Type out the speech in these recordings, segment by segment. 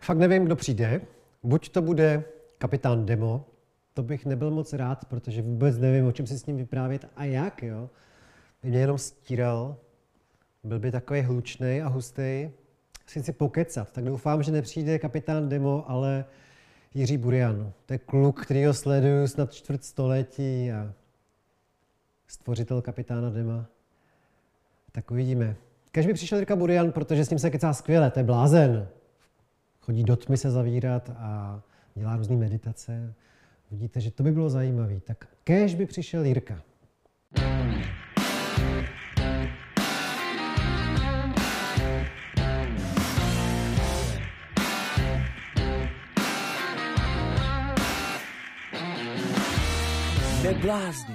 Fakt nevím, kdo přijde. Buď to bude kapitán Demo, to bych nebyl moc rád, protože vůbec nevím, o čem si s ním vyprávět a jak, jo. By mě jenom stíral, byl by takový hlučnej a hustý. Si pokecat, tak doufám, že nepřijde kapitán Demo, ale Jiří Burian. To je kluk, který ho sleduju snad čtvrt století a stvořitel kapitána Dema. Tak uvidíme. Kež by přišel Jirka Burian, protože s ním se kecá skvěle, to je blázen. Chodí do tmy se zavírat a dělá různé meditace. Vidíte, že to by bylo zajímavé. Tak kéž by přišel Jirka. Neblázni.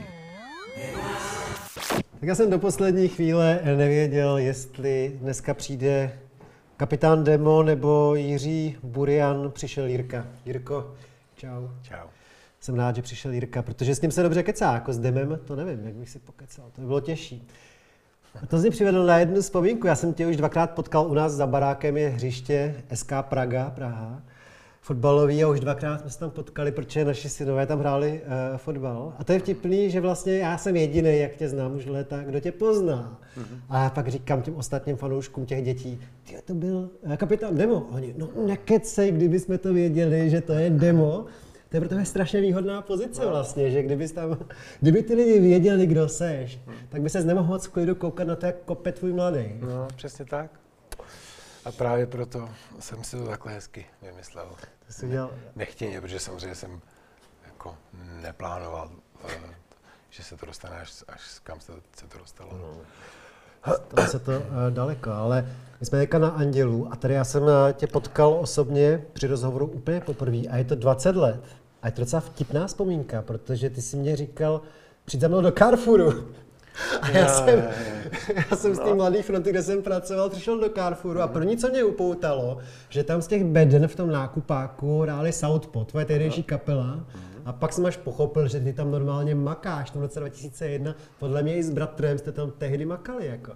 Tak já jsem do poslední chvíle nevěděl, jestli dneska přijde kapitán Demo nebo Jiří Burian. Přišel Jirka. Jirko, čau. Čau. Jsem rád, že přišel Jirka, protože s ním se dobře kecá, jako s Demem, to nevím, jak bych si pokecal, to by bylo těžší. A to jsi přivedl na jednu vzpomínku, já jsem tě už dvakrát potkal u nás za barákem, je hřiště SK Praha, fotbalový a už dvakrát jsme se tam potkali, protože naši synové tam hráli fotbal. A to je vtipný, že vlastně já jsem jediný, jak tě znám už léta, kdo tě pozná. A já pak říkám těm ostatním fanouškům těch dětí, tyjo, to byl kapitán Demo. A oni, no nekecej, kdyby jsme to věděli, že to je Demo. To je pro tebe strašně výhodná pozice vlastně, že kdyby ty lidi věděli, kdo seš, tak by ses nemohl moc v klidu koukat na to, jak kope tvůj mladý. No, přesně tak. A právě proto jsem si to takhle hezky vymyslel. To jsi udělal... Nechtěně, protože samozřejmě jsem jako neplánoval, že se to dostane až kam se to dostalo. Stalo se to daleko, ale my jsme teďka na Andělu a tady já jsem tě potkal osobně při rozhovoru úplně poprvé a je to 20 let. A je to docela vtipná vzpomínka, protože ty jsi mě říkal, přijď za mnou do Carrefouru. A já jsem z té mladé fronty, kde jsem pracoval, přišel do Carrefouru a první, co mě upoutalo, že tam z těch beden v tom nákupáku hráli Southpaw, tvoje tehdejší kapela. A pak jsem až pochopil, že ty tam normálně makáš. V roce 2001, podle mě i s bratrem jste tam tehdy makali, jako.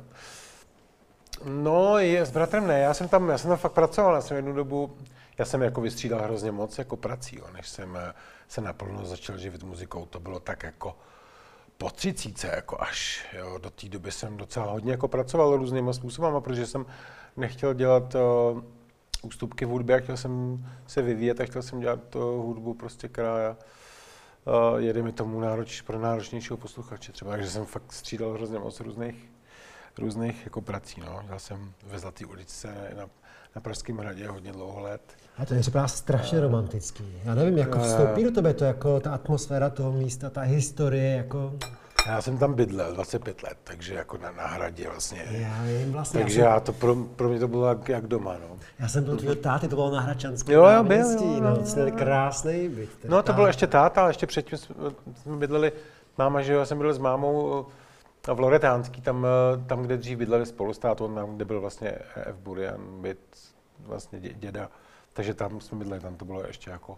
No, s bratrem ne, já jsem tam fakt pracoval, já jsem jednu dobu, já jsem jako vystřídal hrozně moc jako prací, jo, než jsem se naplno začal živit muzikou, to bylo tak jako po 30, jako až, jo, do té doby jsem docela hodně jako pracoval různýma způsobama, protože jsem nechtěl dělat ústupky v hudbě, a chtěl jsem se vyvíjet a chtěl jsem dělat hudbu prostě, která jede mi tomu pro náročnějšího posluchače třeba, takže jsem fakt střídal hrozně moc různých jako prací, no. Dělal jsem ve Zlaté uličce na Pražském hradě hodně dlouho let. A to je třeba strašně romantický. Já nevím, jako vstoupí do tebe to, jako ta atmosféra toho místa, ta historie, jako... Já jsem tam bydlel 25 let, takže jako na hradě vlastně. Já vím vlastně. Takže pro mě to bylo jak doma, no. Já jsem byl tvýho táty, to bylo na Hradčanském náměstí, no. To měli krásný byt. No to bylo ještě táta, ale ještě předtím jsme bydleli, máma, že jo, já jsem bydlel s mámou v Loretánský, tam, kde dřív bydleli spolu s tátou, tam, kde byl vlastně F. Burian, byt vlastně děda. Takže tam jsme bydleli, tam to bylo ještě jako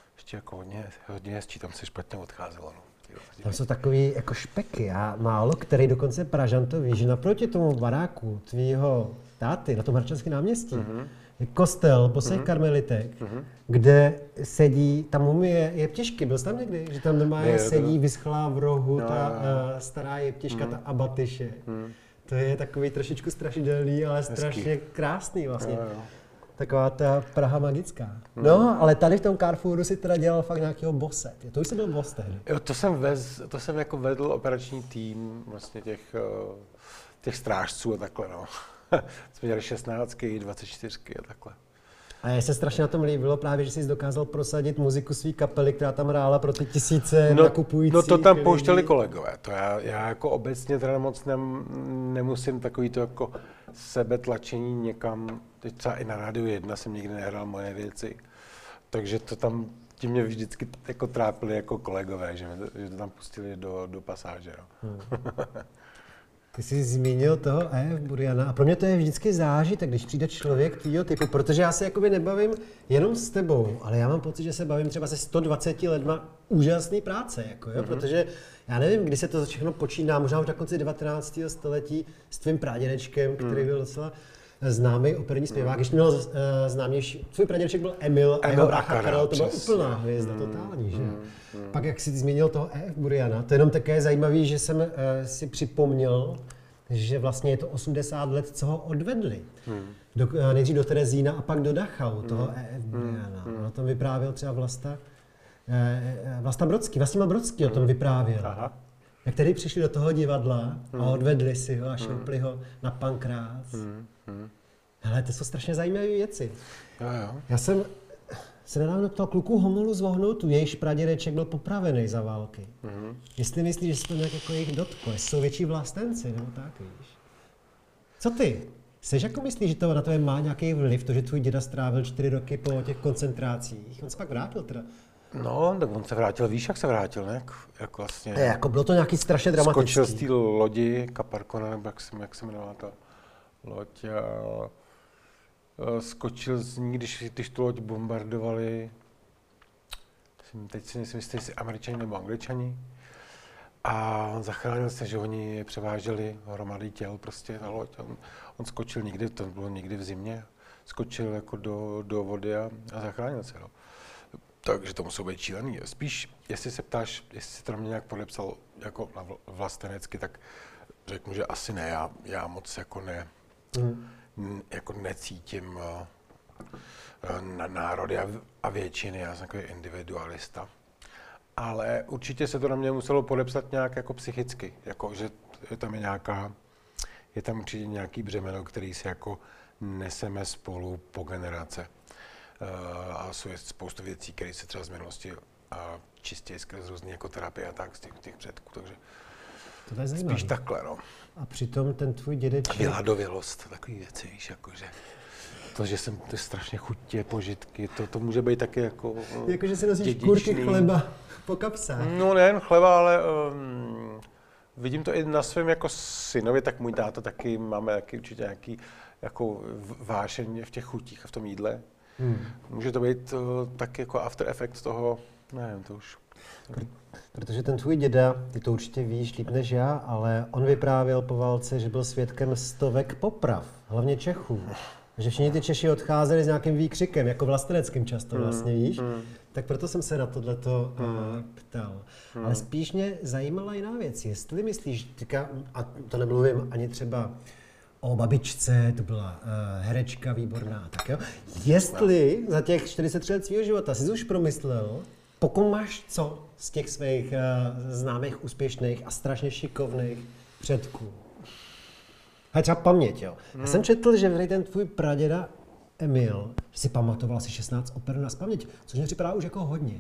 hodně hezčí, tam se špatně odcházelo, no. Tam jsou takový jako špeky a málo který dokonce Pražan to ví, že naproti tomu baráku tvýho táty na tom Hradčanském náměstí je kostel Bosých karmelitek, kde sedí, ta mumie jeptišky, byl jsi tam někdy? Že tam normálně sedí vyschlá v rohu ta stará jeptiška, ta abatyše. To je takový trošičku strašidelný, ale strašně krásný vlastně. Taková ta Praha magická. No, ale tady v tom Carrefouru si teda dělal fakt nějakého bosse. To už jsi byl boss tehdy. Jo, to jsem jako vedl operační tým vlastně těch strážců a takhle, no. Jsme dělali 16, 24 a takhle. A je se strašně na tom líbilo právě, že jsi dokázal prosadit muziku své kapely, která tam hrála pro ty tisíce nakupujících. No to tam pouštěli kolegové. To já jako obecně teda moc nemusím takový to jako sebetlačení někam. Teď třeba i na Rádiu 1 jsem nikdy nehrál moje věci. Takže to tam, tím mě vždycky jako trápili jako kolegové, že to tam pustili do pasáže. No. Ty jsi zmínil toho F. Buriana a pro mě to je vždycky zážitek, když přijde člověk tvýho typu, protože já se jakoby nebavím jenom s tebou, ale já mám pocit, že se bavím třeba se 120 lidma úžasný práce, jako, jo? Protože já nevím, kdy se to všechno počíná, možná už na konci 19. století s tvým pradědečkem, který byl docela známý operní zpěvák, ještě měl známější, svůj pradědeček byl Emil a jeho brácha Karel, to byla úplná hvězda, totální, že? Pak jak jsi zmínil toho E.F. Buriana, to je jenom také zajímavý, že jsem si připomněl, že vlastně je to 80 let, co ho odvedli. Nejdřív do Terezína a pak do Dachau, toho E.F. Buriana. O tom vyprávěl třeba Vlastimil Brodský o tom vyprávěl. Aha. Jak tedy přišli do toho divadla a odvedli si ho a šoupli ho na Pankrác. Hele, to jsou strašně zajímavé věci. Jo. Já jsem se nedávno ptal kluků Homolu z Vohnoutu, jejíž pradědeček byl popravený za války. Jestli myslíš, že se to nějak jako jich dotklo, jestli jsou větší vlastenci, nebo tak, víš. Co ty? Jseš jako myslíš, že to na tebe má nějaký vliv, to, že tvůj děda strávil 4 roky po těch koncentrácích? On se pak vrátil teda. No, tak on se vrátil, víš, jak se vrátil, ne? Jak vlastně... Jako bylo to nějaký strašně dramatický. Skočil z té lodi, Kaparkona, nebo jak se jmenovala ta loď, a skočil z ní, když tu loď bombardovali, teď si nejsem jistý, jestli Američani nebo Angličani, a on zachránil se, že oni je převáželi hromady těl prostě na loď. On skočil někdy, to bylo někdy v zimě, skočil jako do vody a zachránil se. No. Takže to muselo být šílený. Spíš, jestli se ptáš, jestli se to na mě nějak podepsal jako na vlastenecky, tak řeknu, že asi ne. Já moc jako jako necítím na národy a většiny, já jsem takový individualista. Ale určitě se to na mě muselo podepsat nějak jako psychicky, jako že je tam určitě nějaký břemeno, který si jako neseme spolu po generace. A jsou spoustu věcí, které se třeba z minulosti čistě skrz různý jako terapie a tak z těch předků, takže to je zajímavé. Spíš takhle, no. A přitom ten tvůj dědeček... Vyhladovělost, takový věci, víš, jakože to, že jsem to strašně chutě, požitky, to může být taky jako jakože si nosíš dědičný. kurky chleba po kapsách. No nejen chleba, ale vidím to i na svém jako synovi, tak můj táta taky, máme taky určitě nějaký jako vášeň v těch chutích a v tom jídle. Může to být taky jako after effect toho, nevím, to už... Protože ten tvůj děda, ty to určitě víš líp než já, ale on vyprávěl po válce, že byl svědkem stovek poprav, hlavně Čechů. Že všichni ty Češi odcházeli s nějakým výkřikem, jako vlasteneckým často vlastně, víš? Tak proto jsem se na tohleto ptal. Ale spíš mě zajímala jiná věc, jestli myslíš, a to nemluvím ani třeba o babičce, to byla herečka výborná, tak jo. Jestli za těch 43 let svého života jsi už promyslel, pokud máš co z těch svých známých, úspěšných a strašně šikovných předků. A třeba paměť, jo. Já jsem četl, že ten tvůj praděda Emil, že si pamatoval asi 16 oper na paměť, což mě připadá už jako hodně.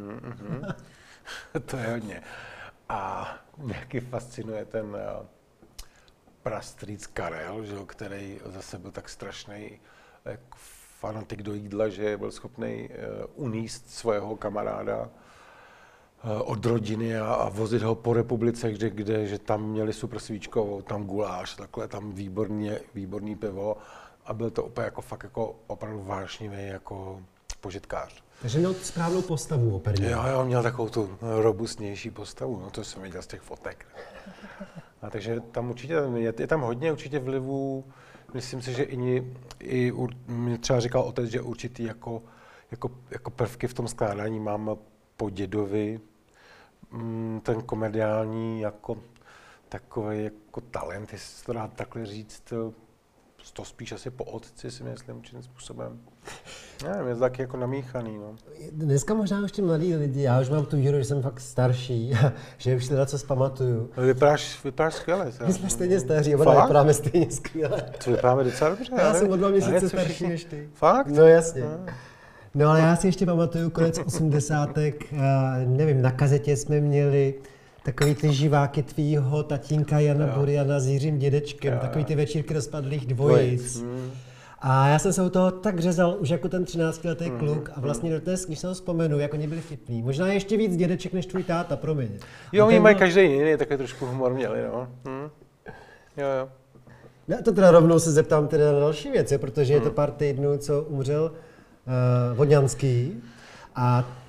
To je hodně. A mě taky fascinuje ten prastrýc Karel, že, který zase byl tak strašný fanatik do jídla, že byl schopný uníst svého kamaráda od rodiny a vozit ho po republice, že tam měli super svíčkovou, tam guláš, takhle, tam výborný pivo a byl to úplně jako fakt jako opravdu vášnivý jako požitkář. Takže měl správnou postavu operní. Jo, měl takovou tu robustnější postavu, no to jsem viděl z těch fotek. A takže tam určitě je tam hodně určitě vlivů. Myslím si, že i mě třeba říkal otec, že určitý jako prvky v tom skládání mám po dědovi. Ten komediální jako takový jako talent, jestli to dá takhle říct, to spíš asi po otci si myslím určitým způsobem. Nevím, je to taky jako namíchaný, no. Dneska možná už ti mladí lidi, já už mám tu výhodu, že jsem fakt starší, že už si co zpamatuju. Vypadáš skvěle. My jsme stejně staří, oba vypadáme stejně skvěle. To vypadáme docela dobře. Já jsem o 2 měsíce starší než ty. Fakt? No jasně. No ale já si ještě pamatuju konec 80. Nevím, na kazetě jsme měli takový ty živáky tvýho tatínka Jana Buriana s Jiřím dědečkem, takový ty večírky rozpadlých dvojic. A já jsem se u toho tak řezal už jako ten 13letý kluk a vlastně dodnes, když se ho vzpomenu, jak oni byli vtipní. Možná ještě víc dědeček než tvůj táta, promiň. Jo, oni mají každý jiný, takový trošku humor měli, no. Jo. Já to teda rovnou se zeptám teda na další věci, protože je to pár týdnů, co umřel Vodňanský a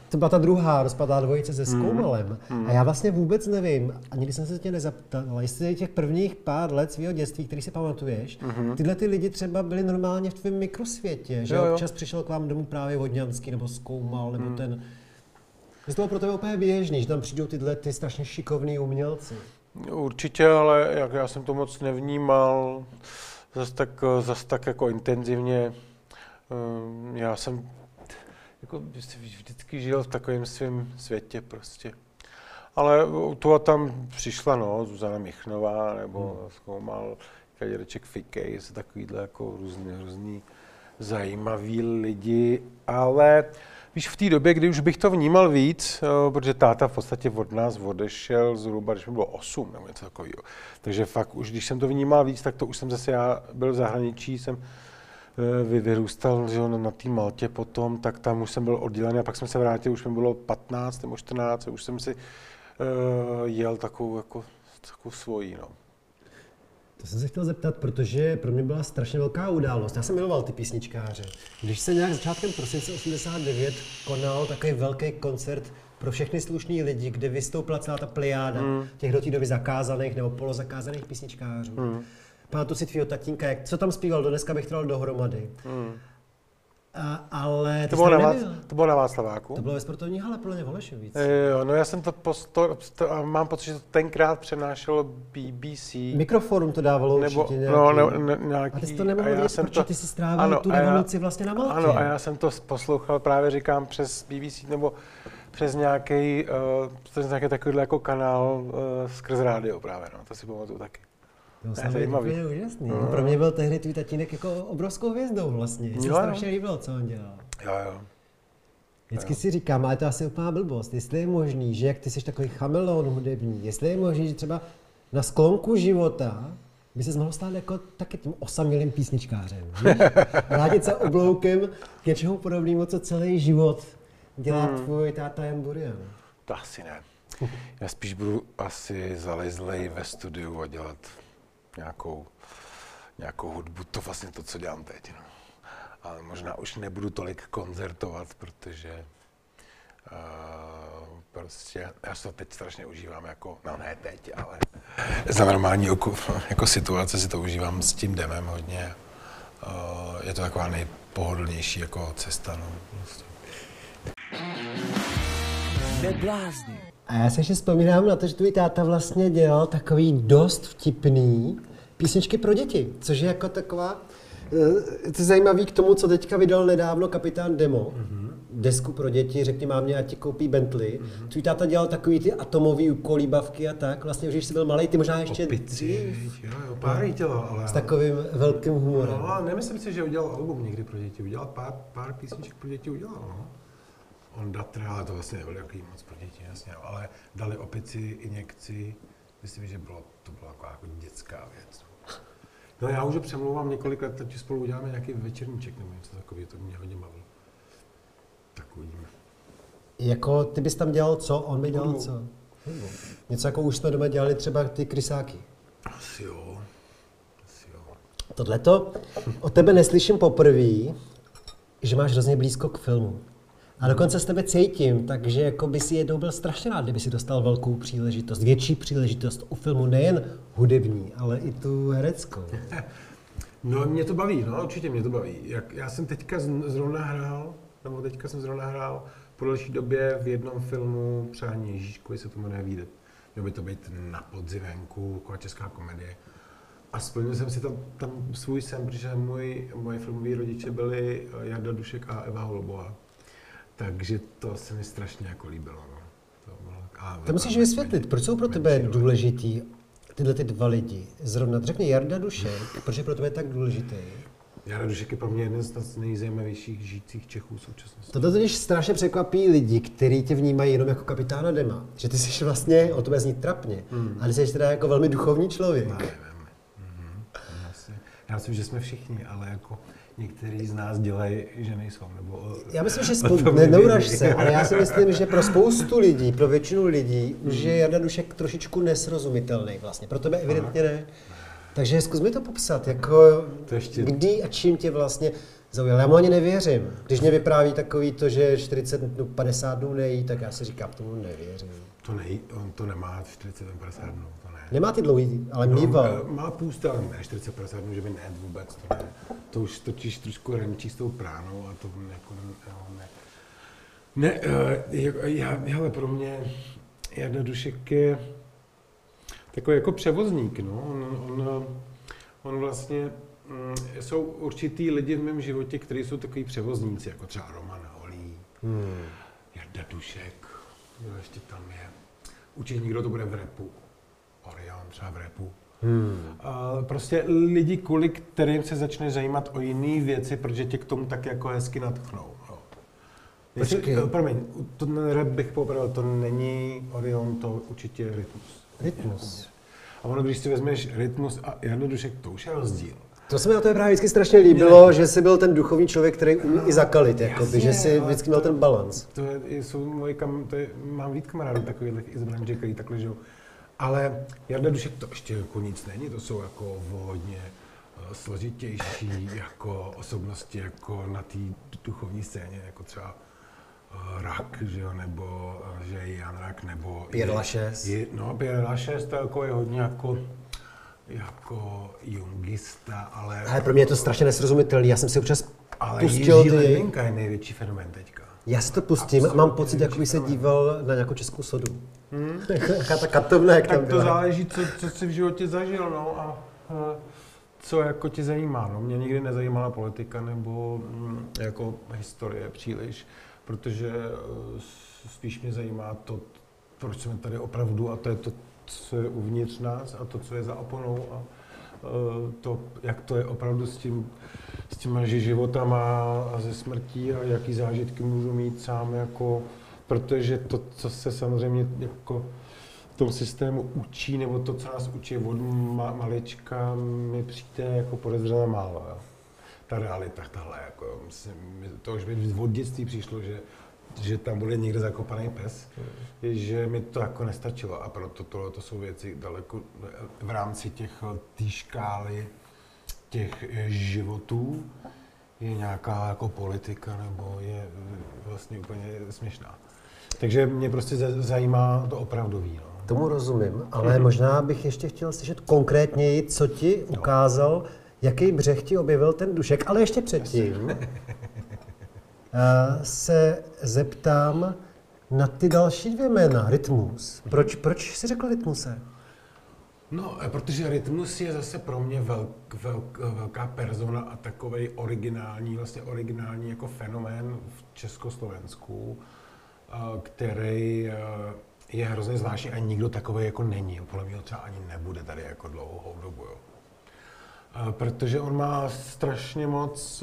to byla ta druhá rozpadlá dvojice se Zkoumalem. A já vlastně vůbec nevím, a nikdy jsem se tě nezaptal, jestli těch prvních pár let svého dětství, který si pamatuješ, tyhle ty lidi třeba byli normálně v tvém mikrosvětě, že občas přišel k vám domů právě Vodňanský nebo Zkoumal, nebo ten... To bylo pro tebe úplně běžný, že tam přijdou tyhle ty strašně šikovný umělci. Určitě, ale já jsem to moc nevnímal zas tak jako intenzivně. Já jsem jako vždycky žil v takovém svém světě prostě. Ale tu a tam přišla, no, Zuzana Michnová nebo Zkoumal, Dědeček Fikej, jsou takovýhle jako různý zajímaví lidi, ale víš, v té době, kdy už bych to vnímal víc, protože táta v podstatě od nás odešel zhruba, když mi bylo 8 nebo něco takového. Takže fakt už, když jsem to vnímal víc, tak to už jsem zase, já byl v zahraničí, jsem vyrůstal, že na té Maltě potom, tak tam už jsem byl oddělený a pak jsem se vrátil, už mi bylo 15 nebo 14, už jsem si jel takovou svojí, no. To jsem se chtěl zeptat, protože pro mě byla strašně velká událost. Já jsem miloval ty písničkáře. Když se nějak začátkem prosince 89 konal takový velký koncert pro všechny slušný lidi, kde vystoupila celá ta plejáda těch do té doby zakázaných nebo polozakázaných písničkářů. Pamatuju si tvýho tatínka, co tam zpíval, do dneska bych to dal dohromady. Ale to bylo na Václaváku? To bylo ve sportovní hale podle mě v Holešovic. Jo, no já jsem to mám pocit, že to tenkrát přenášelo BBC. Mikroforum to dávalo určitě nějaký. A ty jsi to nemohl vědět, protože ty jsi strávil tu revoluci vlastně na Maltě. Ano, a já jsem to poslouchal právě, říkám, přes BBC nebo přes nějaký takovýhle jako kanál skrz rádio právě, no, to si pamatuju taky. To je úplně úžasný. Pro mě byl tehdy tvůj tatínek jako obrovskou hvězdou vlastně. Mně se strašně líbilo, co on dělal. Jo. Vždycky si říkám, ale to asi úplná blbost, jestli je možný, že jak ty jsi takový chameleon hudební, jestli je možný, že třeba na sklonku života by se mohl stát jako taky tím osamělým písničkářem. Vrátit se obloukem k něčemu podobnému, co celý život dělá tvůj táta Jan Burian. To asi ne. Já spíš budu asi zalezlej ve studiu a dělat nějakou hudbu, to vlastně to, co dělám teď. No. Ale možná už nebudu tolik koncertovat, protože prostě já si to teď strašně užívám jako, no ne teď, ale za normální jako situace si to užívám s tím demem hodně. Je to taková nejpohodlnější jako cesta. No, prostě. A já se ještě vzpomínám na to, že tvůj táta vlastně dělal takový dost vtipný písničky pro děti, což je jako taková, to je zajímavý k tomu, co teďka vydal nedávno Kapitán Demo, desku pro děti, řekni mámě, ať ti koupí Bentley. Tvůj táta dělal takový ty atomový kolíbavky a tak, vlastně už když jsi byl malej, ty možná ještě dřív. Jo, pár jich dělal, ale... S takovým velkým humorem. No, ale nemyslím si, že udělal album někdy pro děti, udělal pár písniček pro děti, no. Onda Trá, to vlastně nebylo jaký moc pro děti, jasně, ale dali opici, injekci, myslím, že to byla jako dětská věc. No já už přemlouvám několik let, že spolu uděláme nějaký večerníček nebo něco takového, to mě hodně bavilo. Tak uvidíme. Jako ty bys tam dělal co, on by dělal co? Něco jako už jsme doma dělali třeba ty krysáky. Asi jo. Tohleto od tebe neslyším poprvé, že máš hrozně blízko k filmu. A dokonce s tebe cítím, takže jako by si jednou byl strašně rád, kdyby si dostal velkou příležitost, větší příležitost u filmu, nejen hudební, ale i tu hereckou. No mě to baví, no určitě mě to baví. Já jsem teďka zrovna hrál po delší době v jednom filmu Přání Ježíškovi se to jmenuje Výjde. Mělo by to být na podzim venku, taková česká komedie. A splnil jsem si tam svůj sen, protože moje filmoví rodiče byli Jarda Dušek a Eva Holubová. Takže to se mi strašně jako líbilo. No. To musíš vysvětlit, proč jsou pro tebe důležitý tyhle ty dva lidi? Zrovna řekni Jarda Dušek, proč je pro tebe tak důležitý? Jarda Dušek je pro mě jeden z nejzajímavějších žijících Čechů v současnosti. To totiž strašně překvapí lidi, kteří tě vnímají jenom jako kapitána Dema. Že ty jsi vlastně, o tebe zní trapně, ale jsi teda jako velmi duchovní člověk. Já myslím, že jsme všichni, ale jako některý z nás dělají, že nejsou, nebo... Já myslím, že neuraž se, ale já si myslím, že pro spoustu lidí, pro většinu lidí, už je Jarda Dušek trošičku nesrozumitelný vlastně, pro tebe evidentně ne. Takže zkus mi to popsat, jako kdy a čím tě vlastně zaujal. Já mu ani nevěřím. Když mě vypráví takový to, že 40 dnů, 50 dnů nejí, tak já si říkám, tomu nevěřím. On to nemá 40-50 dnů, to ne. Nemá ty dlouhý, ale mýval. Má půst, ale ne 40-50 dnů, že by ne vůbec, to ne. To už totiž trošku remčí s tou pránou a to jako ne. Hele, pro mě Jarda Dušek je takový jako převozník, no. On vlastně, jsou určitý lidi v mém životě, kteří jsou takový převozníci, jako třeba Roman Holý, Jarda Dušek, ještě tam je. Určitě někdo to bude v rapu. Orion třeba v rapu. Prostě lidi, kvůli kterým se začne zajímat o jiné věci, protože tě k tomu tak jako hezky natchnou. Promiň, ten rap bych popravil, to není Orion, to určitě je Rytmus. Rytmus. A ono, když si vezmeš Rytmus a Jarda Dušek, to už je rozdíl. To se mi na to právě vždycky strašně líbilo, že jsi byl ten duchovní člověk, který umí i zakalit, jakoby, že jsi vždycky měl ten balans. Mám víc kamarádů takových i z branže, který takhle žijou. Ale Jarda Dušek to ještě jako nic není, to jsou jako hodně složitější jako osobnosti jako na té duchovní scéně, jako třeba Rak, že jo, nebo že Jan Rak, nebo Pierre Lachaise. Pierre Lachaise to jako je hodně jako jungista, ale pro mě je to strašně nesrozumitelný, já jsem si občas pustil Jiří Ledvinka je největší fenomén teďka. Já si to pustím a mám pocit, jako bych se díval na nějakou českou sodu. Jaká ta katovna, jak tam Tak to byla. záleží, co jsi v životě zažil, no, a co jako tě zajímá, no. Mě nikdy nezajímala politika nebo jako historie příliš, protože spíš mě zajímá to, proč jsme tady opravdu, a to je to, co je uvnitř nás a to, co je za oponou a to, jak to je opravdu s těma životama a ze smrtí a jaký zážitky můžu mít sám, jako, protože to, co se samozřejmě jako v tom systému učí, nebo to, co nás učí od malička, mi přijde jako podezřelé málo. Jo. Ta realita, tahle, jako, to už mi od dětství přišlo, že tam bude někde zakopaný pes, že mi to jako nestačilo a proto tohle to jsou věci daleko v rámci té škály těch životů je nějaká jako politika nebo je vlastně úplně směšná. Takže mě prostě zajímá to opravdový. No. Tomu rozumím, ale možná bych ještě chtěl slyšet konkrétněji, co ti ukázal, jaký břeh ti objevil ten Dušek, ale ještě předtím se zeptám na ty další dvě jména, Rytmus. Proč jsi řekl Rytmuse? No, protože Rytmus je zase pro mě velká persona a takovej originální jako fenomén v Československu, který je hrozně zvláštní a nikdo takovej jako není. Podle mě třeba ani nebude tady jako dlouhou dobu. Jo. Protože on má strašně moc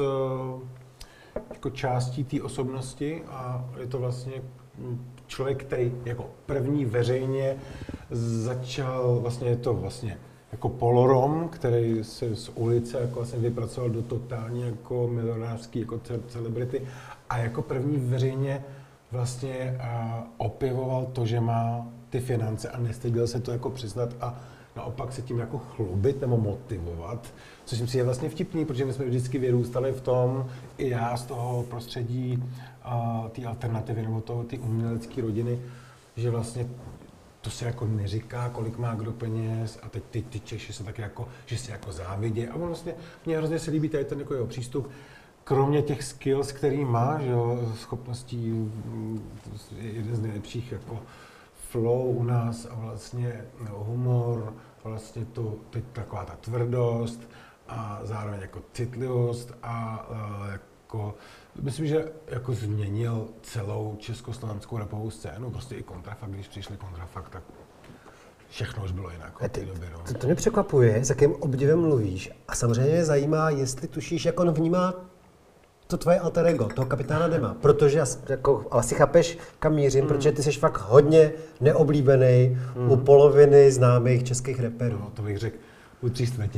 jako částí té osobnosti a je to vlastně člověk, který jako první veřejně začal, vlastně je to vlastně jako polorom, který se z ulice jako vlastně vypracoval do totální jako milionářský jako celebrity a jako první veřejně vlastně opěvoval to, že má ty finance a nestyděl se to jako přiznat a naopak se tím jako chlubit nebo motivovat, což mi je vlastně vtipný, protože my jsme vždycky vyrůstali v tom, i já z toho prostředí té alternativy nebo ty umělecké rodiny, že vlastně to se jako neříká, kolik má kdo peněz a teď ty Češi se taky jako, že si jako závidí a on vlastně, mně hrozně se líbí tady ten jako jeho přístup, kromě těch skills, který má, že jo, schopností, jeden z nejlepších jako flow u nás a vlastně humor, vlastně to teď taková ta tvrdost a zároveň jako citlivost a jako, myslím, že jako změnil celou československou rapovou scénu, prostě i Kontrafakt, když přišli Kontrafakt, tak všechno už bylo jinak od té doby. No. To mě překvapuje, s jakým obdivem mluvíš a samozřejmě mě zajímá, jestli tušíš, jak on vnímá to tvoje alter ego, toho Kapitána Dema, protože jako, asi chápeš, kam mířím, protože ty jsi fakt hodně neoblíbený u poloviny známých českých rapperů. No, to bych řekl u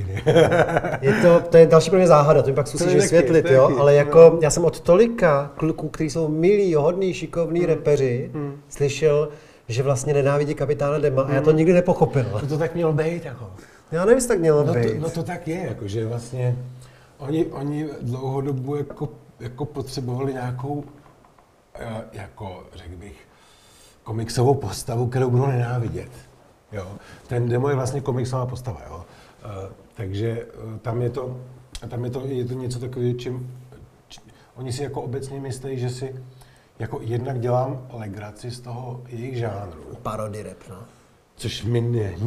3/4. To je další pro mě záhada, to mi pak zkusíš vysvětlit, jo, ale jako já jsem od tolika kluků, kteří jsou milí, hodní, šikovní rapeři, slyšel, že vlastně nenávidí Kapitána Dema a já to nikdy nepochopil. To tak mělo být, jako. Já nevím, jestli tak mělo být. No to tak je, jako, že vlastně Oni dlouhou dobu jako potřebovali nějakou, jako řekl bych, komiksovou postavu, kterou budou nenávidět. Jo. Ten demo je vlastně komiksová postava, jo. Takže tam je to něco takového, oni si jako obecně myslí, že si jako jednak dělám legraci z toho jejich žánru. Parody rap, no. Což my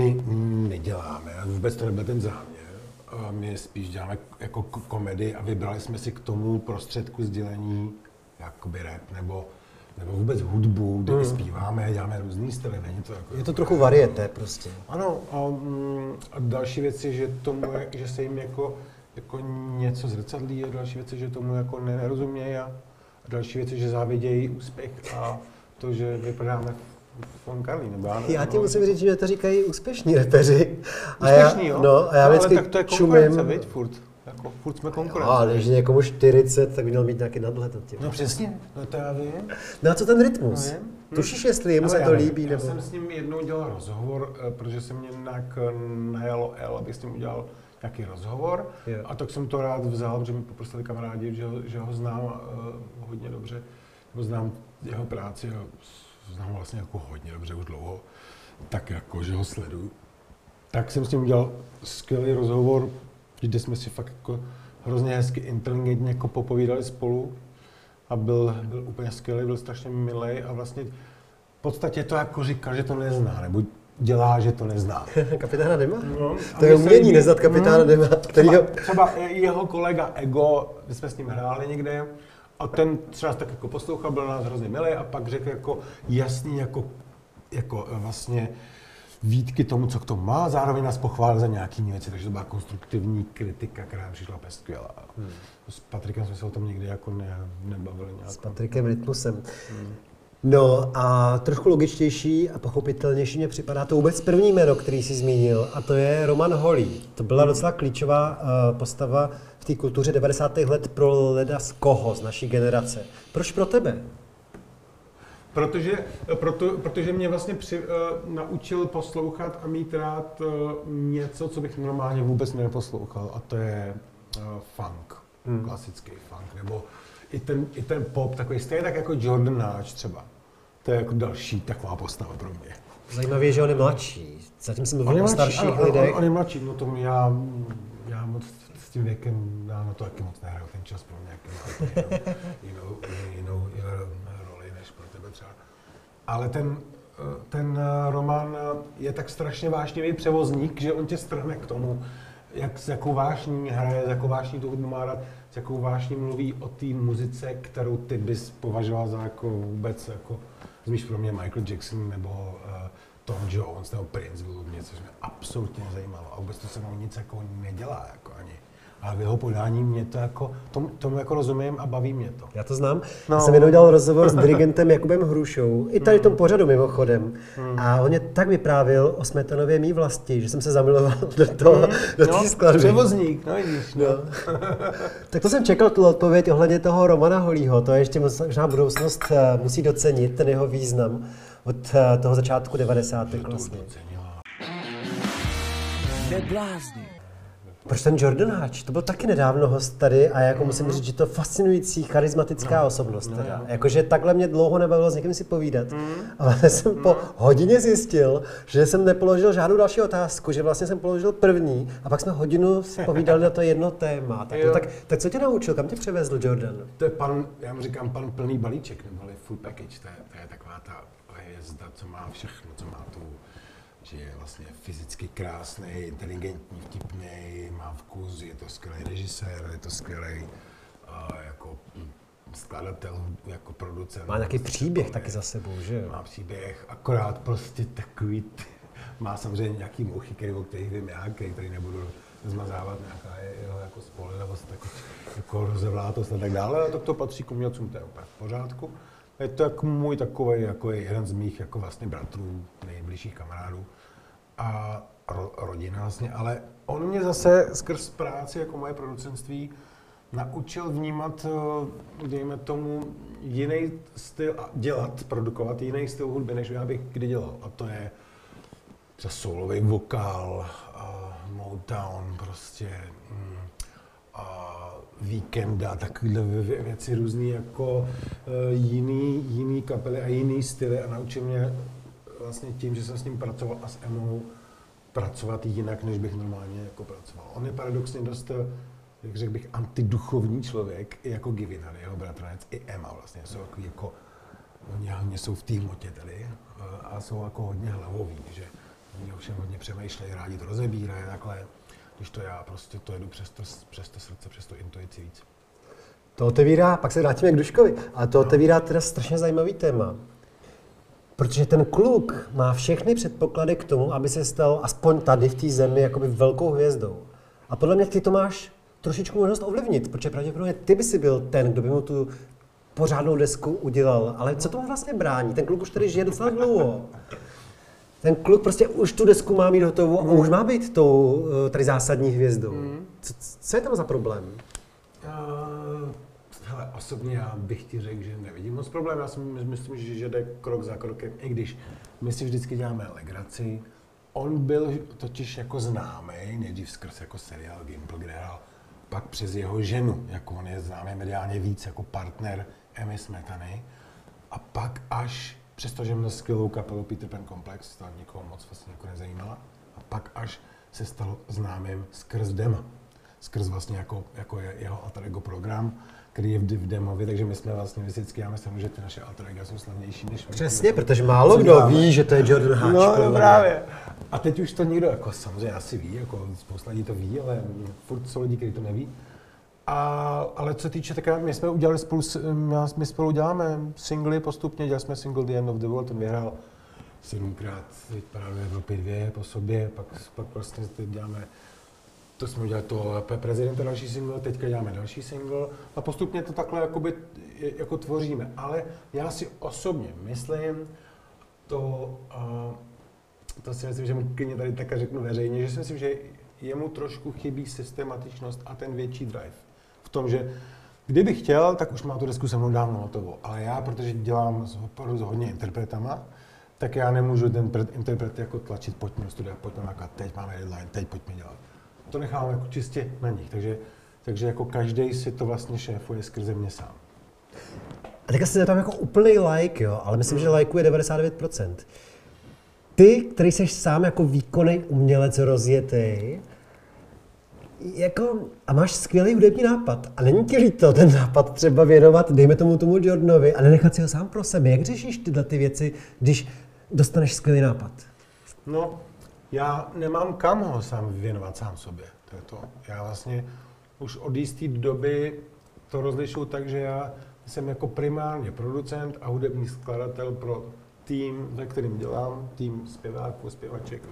neděláme, vůbec to nebyl ten záměr. My spíš děláme jako komedii a vybrali jsme si k tomu prostředku sdělení jakoby rap nebo vůbec hudbu, kde zpíváme, děláme různý styly, není to jako... Je to trochu varieté prostě. Ano, a další věc je, že se jim jako něco zrcadlí, a další věc je, že tomu jako nerozumějí a další věc je, že závidějí úspěch a to, že vypadáme Fonkarlí, nebo já ti musím říct, že to říkají úspěšní repeři. Úspěšní, jo? No, a já vždycky ale tak to je konkurence, viď, furt. Jako, furt jsme konkurence. No, ale když někomu 40, tak by měl mít nějaký nadhled od těma. No přesně, no to já vím. No a co ten rytmus? Tušíš, jestli jemu se to líbí, nebo... Já jsem s ním jednou dělal rozhovor, protože se mě nějak najalo abych s ním udělal nějaký rozhovor. Jo. A tak jsem to rád vzal, protože mi poprosili kamarádi, že ho znám hodně dobře, nebo znám jeho práci, znám ho vlastně jako hodně dobře už dlouho, tak jako, že ho sleduju. Tak jsem s ním udělal skvělý rozhovor, kde jsme si fakt jako hrozně hezky, inteligentně jako popovídali spolu a byl úplně skvělý, byl strašně milej a vlastně v podstatě to jako říkal, že to nezná, nebo dělá, že to nezná. Kapitána Dema? No, to je umění neznat kapitána Dema, kterýho... Třeba jeho kolega Ego, my jsme s ním hráli někde a ten třeba tak jako poslouchal, byl nás hrozně milý a pak řekl jako jasný, jako vlastně výtky tomu, co k tomu má, zároveň nás pochválil za nějaký věci, takže to byla konstruktivní kritika, která přišla úplně skvělá. S Patrikem jsme se o tom nikdy jako nebavili nějak. S Patrikem Rytmusem. No a trošku logičtější a pochopitelnější mě připadá to vůbec první jméno, který jsi zmínil, a to je Roman Holý. To byla docela klíčová postava v té kultuře 90. let pro ledas koho z naší generace. Proč pro tebe? Protože mě vlastně naučil poslouchat a mít rád něco, co bych normálně vůbec neposlouchal, a to je funk, klasický funk, nebo i ten pop, takový stejně tak jako Jordan Hatch třeba. To je jako další taková postava pro mě. Zajímavé je, že on je mladší. Zatím jsem mluvil o starších lidech. On je mladší, no to já moc s tím věkem, já na to taky moc nehraju, ten čas pro mě jinou roli než pro tebe třeba. Ale ten Roman je tak strašně vášnivý převozník, že on tě strhne k tomu, s jakou vášní hraje, s jakou vášní tu hudbu má rád, s jakou vášní mluví o té muzice, kterou ty bys považoval za jako vůbec jako, zmíš pro mě Michael Jackson nebo Tom Jones nebo Prince byl mě, což mě absolutně nezajímalo a vůbec to se mnou nic jako nedělá jako ani. Ale v jeho podání mě to jako, tomu jako rozumím a baví mě to. Já to znám. No. Já jsem jednou dělal rozhovor s dirigentem Jakubem Hrušou, i tady v tom pořadu mimochodem. A on mě tak vyprávěl o Smetanově mý vlasti, že jsem se zamiloval do té skladby. Převozník, no vidíš. No. Tak to jsem čekal tu odpověď ohledně toho Romana Holýho. To je ještě možná budoucnost musí docenit, ten jeho význam od toho začátku 90. vlastně. Neblázni. Proč ten Jordan Hatch? To byl taky nedávno host tady a jako musím říct, že to fascinující, charismatická osobnost teda. Jakože takhle mě dlouho nebavilo s někým si povídat. Ale jsem po hodině zjistil, že jsem nepoložil žádnou další otázku, že vlastně jsem položil první a pak jsme hodinu si povídali na to jedno téma. Tak co tě naučil? Kam tě převezl Jordan? To je já mu říkám pan plný balíček, neboli full package. To je taková ta hvězda, co má všechno, co má tu, že je vlastně fyzicky krásný, inteligentní, vtipný, má vkus, je to skvělý režisér, je to skvělý jako skladatel, jako producent. Má nějaký příběh taky za sebou, že jo? Má příběh, akorát prostě takový, má samozřejmě nějaký mouchy, o kterých vím já, který nebudu zmazávat, nějaká jeho jako spolehlivost, jako rozevlátost a tak dále, a to patří k umělcům, to je úplně v pořádku. Je to jako můj takový, jako jeden z mých jako vlastně bratrů, nejbližších kamarádů a rodina vlastně, ale on mě zase skrz práci jako moje producentství naučil vnímat, dejme tomu, jiný styl a produkovat jiný styl hudby, než já bych kdy dělal. A to je třeba soulový vokál, Motown, prostě Víkenda, takovéhle věci různý jako jiný kapely a jiný styly a naučil mě vlastně tím, že jsem s ním pracoval a s Emou pracovat jinak, než bych normálně jako pracoval. On je paradoxně dost, jak řekl bych, antiduchovní člověk, i jako Givinar, jeho bratranec, i Emma vlastně jsou takový jako, oni hlavně jsou v té hmotě tady a jsou jako hodně hlavoví, že oni ovšem hodně přemýšlejí, rádi to rozebírají takhle. Když to já prostě to jedu přes to srdce, přes tu intuici víc. To otevírá, pak se vrátíme k Duškovi, ale to otevírá teda strašně zajímavý téma. Protože ten kluk má všechny předpoklady k tomu, aby se stal aspoň tady v té zemi jakoby velkou hvězdou. A podle mě ty to máš trošičku možnost ovlivnit, protože pravděpodobně ty by si byl ten, kdo by mu tu pořádnou desku udělal. Ale co tomu vlastně brání? Ten kluk už tady žije docela dlouho. Ten kluk prostě už tu desku má mít hotovou a už má být tou tady zásadní hvězdou. Co je tam za problém? Hele, osobně já bych ti řekl, že nevidím moc problém. Já si myslím, že jde krok za krokem, i když my si vždycky děláme legraci. On byl totiž jako známý, nejdřív skrz jako seriál Gimple, kde hrál, pak přes jeho ženu, jako on je známý mediálně víc jako partner Emmy Smetany. A pak až, přestože měl skvělou kapelu Peter Pan Complex, to nikoho moc vlastně jako nezajímala, a pak až se stal známým skrz Dema. Skrz vlastně jako jeho alter ego program, který je v Demovi, takže my jsme vlastně vždycky děláme se, že ty naše alter ega jsou slavnější než my. Přesně, protože málo kdo ví, že to je Jordan Háčko. No právě. A teď už to někdo, jako samozřejmě asi ví, jako spousta lidí to ví, ale furt jsou lidi, kteří to neví. Ale co týče, tak my jsme udělali my spolu děláme singly postupně, dělali jsme single The End of the World, ten vyhrál 7krát Parádu Evropy 2 po sobě, pak prostě děláme, to jsme udělali to Prezidenta další single, teďka děláme další single a postupně to takhle jakoby, jako tvoříme, ale já si osobně myslím, to si myslím, že mu klidně tady také řeknu veřejně, že si myslím, že jemu trošku chybí systematičnost a ten větší drive. V tom, že kdyby chtěl, tak už má tu desku se mnou dávno hotovou. Ale já, protože dělám s hodně interpretama, tak já nemůžu ten interpret jako tlačit, pojďme do studia, pojďme nakládat, teď máme deadline, teď pojďme dělat. To nechám jako čistě na nich, takže jako každý si to vlastně šéfuje skrze mě sám. A teďka si tam jako úplný like, jo, ale myslím, že lajků je 99%. Ty, který jsi sám jako výkonný umělec rozjetý, jako, a máš skvělý hudební nápad a není ti líto ten nápad třeba věnovat, dejme tomu Jordanovi a nenechat si ho sám pro sebe. Jak řešíš tyhle ty věci, když dostaneš skvělý nápad? No, já nemám kam ho sám věnovat sám sobě. To je to. Já vlastně už od jisté doby to rozlišuju tak, že já jsem jako primárně producent a hudební skladatel pro tým, ve kterým dělám, tým zpěváků, zpěvaček.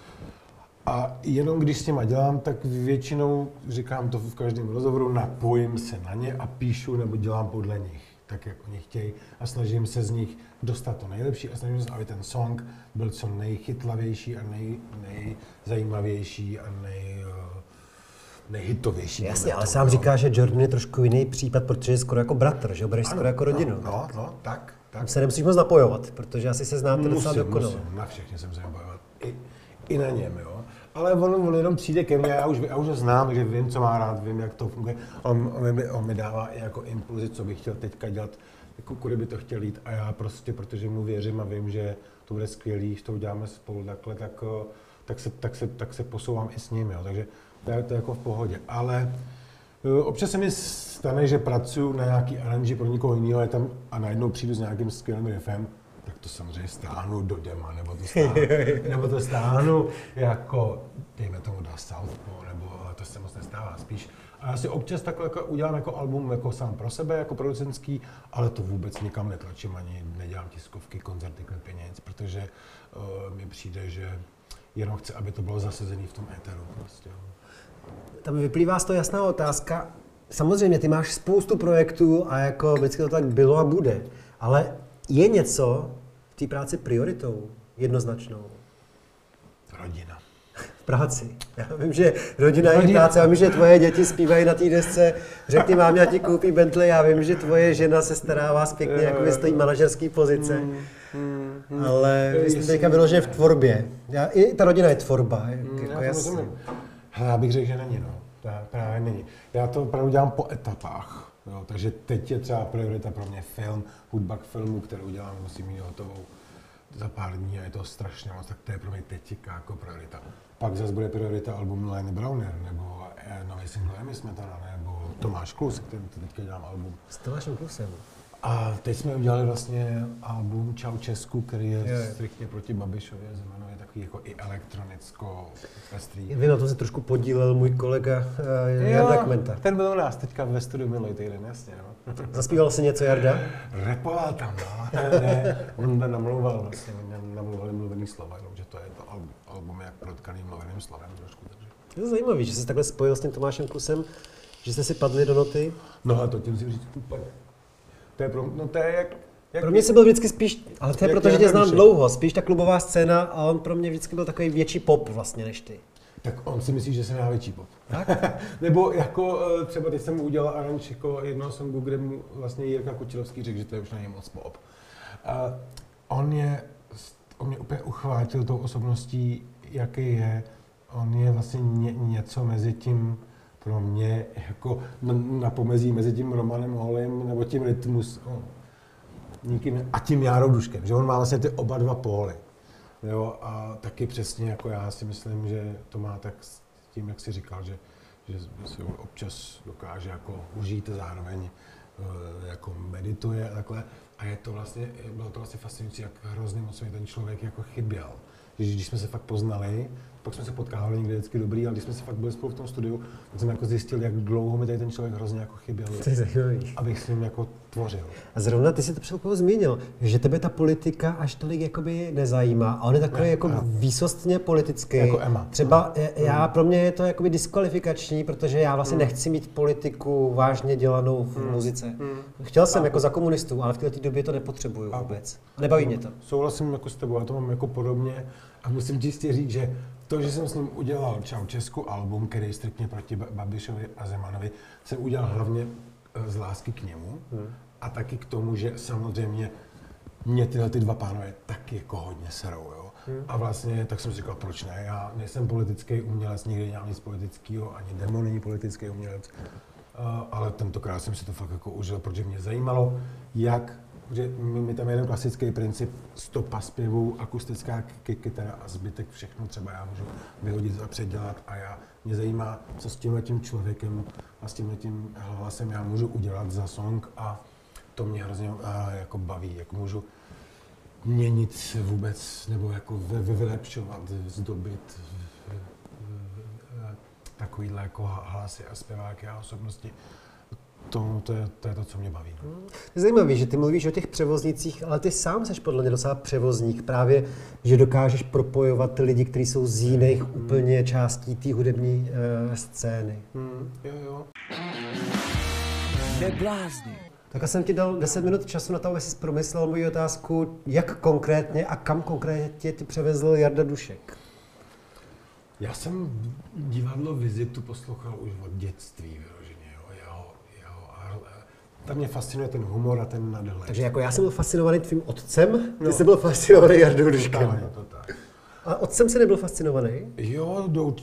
A jenom když s těma dělám, tak většinou, říkám to v každém rozhovoru, napojím se na ně a píšu nebo dělám podle nich, tak jak oni chtějí a snažím se z nich dostat to nejlepší a snažím se, aby ten song byl co nejchytlavější a nejzajímavější a nejhitovější. Jasně, ale sám říká, že Jordan je trošku jiný případ, protože je skoro jako bratr, že ho bereš skoro jako rodinu. No, tak. Tam se nemusíš moc napojovat, protože asi se znáte docela dokonale. Musím, na všechny jsem se napojovat. I na něm, jo. Ale on jenom přijde ke mně, já už ho znám, že vím, co má rád, vím, jak to funguje. On mi dává i jako impulzy, co bych chtěl teďka dělat, jako kudy by to chtěl jít. A já prostě, protože mu věřím a vím, že to bude skvělý, že to uděláme spolu takhle, tak se posouvám i s ním, jo. Takže to je jako v pohodě. Ale občas se mi stane, že pracuji na nějaký aranži pro někoho jiného a najednou přijdu s nějakým skvělým riffem, tak to samozřejmě stáhnu do dema, nebo to stáhnu jako, dejme tomu do Southpaw, nebo to se moc nestává, spíš. A já si občas takhle jako udělám jako album jako sám pro sebe, jako producentský, ale to vůbec nikam netlačím, ani nedělám tiskovky, koncerty, klipy, nic, protože mi přijde, že jenom chci, aby to bylo zasazené v tom éteru prostě. Tam vyplývá z toho jasná otázka. Samozřejmě, ty máš spoustu projektů a jako vždycky to tak bylo a bude, ale je něco v té práci prioritou, jednoznačnou? Rodina. V práci. Já vím, že rodina je práce, já vím, že tvoje děti zpívají na té desce, řekni mámě, ať ti koupí Bentley, já vím, že tvoje žena se stará vás pěkně, jako vy stojí manažerský pozice. Ale vy jste teďka vyloženě v tvorbě. I ta rodina je tvorba. Jako já bych řekl, že není, no. Právě není. Já to opravdu dělám po etapách. Jo, takže teď je třeba priorita pro mě film, hudba k filmu, kterou dělám, musím mít hotovou za pár dní a je to strašně moc, tak to je pro mě teď jako priorita. Pak zase bude priorita album Lenny Browner, nebo nový single Emmy Smetana, nebo Tomáš Klus, který teďka dělám album. S Tomášem Klusem. A teď jsme udělali vlastně album Čau Česku, který je striktně proti Babišově, Zemanovi, takový jako i elektronicko-pestrý. Vy na to se trošku podílel můj kolega Jarda Kmenta. Ten byl u nás teďka ve studiu minulý týden, jasně. No. Zaspíval si něco, Jarda? Repoval tam, no, ne. On namlouval vlastně, namlouvali mluvený slova, jenom že to je to album jak protkaný mluveným slovem trošku. Takže. Je to zajímavý, že jsi takhle spojil s tím Tomášem Klusem, že jste si padli do noty. No a to ti musím říct úplně. To je to je jak pro mě se byl vždycky spíš, ale to je proto, že tě znám dlouho, spíš ta klubová scéna a on pro mě vždycky byl takový větší pop vlastně než ty. Tak on si myslí, že jsem já větší pop. Tak? Nebo jako třeba teď jsem udělal aranž jako jednoho songu, kde mu vlastně Jirka Kučerovský řekl, že to je už není moc pop. On mě úplně uchvátil tou osobností, jaký je. On je vlastně něco mezi tím pro mě jako na pomezí mezi tím Romanem Holym nebo tím Rytmus a tím Járou Duškem, že on má vlastně ty oba dva póly. Jo, a taky přesně jako já si myslím, že to má tak s tím, jak jsi říkal, že si občas dokáže jako užít a zároveň jako medituje a takhle. A bylo to vlastně fascinující, jak hrozně moc mi ten člověk jako chyběl. Když jsme se fakt poznali, pak jsme se potkávali někde vždycky dobrý, ale když jsme se fakt byli spolu v tom studiu, tak jsem jako zjistil, jak dlouho mi tady ten člověk hrozně jako chyběl, abych s ním jako tvořil. A zrovna ty si to před zmínil, že tebe ta politika až tolik jakoby nezajímá a on je takový jako výsostně politický. Jako Emma. Třeba pro mě je to jakoby diskvalifikační, vlastně já vlastně nechci mít politiku vážně dělanou v muzice. Chtěl jsem jako za komunistů, ale v této době to nepotřebuju vůbec. Nebaví mě to. Souhlasím jako s tebou, já to mám jako podobně a musím čistě říct, že to, že jsem s ním udělal Čau Česku album, který je striktně proti Babišovi a Zemanovi, jsem udělal hlavně z lásky k němu a taky k tomu, že samozřejmě mě tyhle ty dva pánové taky jako hodně serou, jo. A vlastně tak jsem si říkal, proč ne, já nejsem politický umělec, nikdy nemám nic politického, ani Demo není politický umělec, ale tentokrát jsem si to fakt jako užil, protože mě zajímalo, že my tam je jeden klasický princip, stopa zpěvu, akustická kytara a zbytek všechno třeba já můžu vyhodit a předělat a mě zajímá, co s tímhletím člověkem a s tímhletím hlasem já můžu udělat za song a to mě hrozně jako baví, jak můžu měnit vůbec nebo jako vylepšovat, zdobit takovýhle jako hlasy a zpěváky a osobnosti. To je to, co mě baví. Je zajímavé, že ty mluvíš o těch převoznicích, ale ty sám seš podle mě docela převozník. Právě, že dokážeš propojovat ty lidi, kteří jsou z jiných úplně částí té hudební scény. Jo. Neblázni. Tak já jsem ti dal 10 minut času na to, aby jsi promyslel moji otázku, jak konkrétně a kam konkrétně ty převezl Jarda Dušek. Já jsem divadlo Vizitu poslouchal už od dětství vyloženě. Tam mě fascinuje ten humor a ten nadhled. Takže jako já jsem byl fascinovaný tvým otcem, ty jsi byl fascinovaný Jardou Duškem. A otcem jsi nebyl fascinovaný? Jo,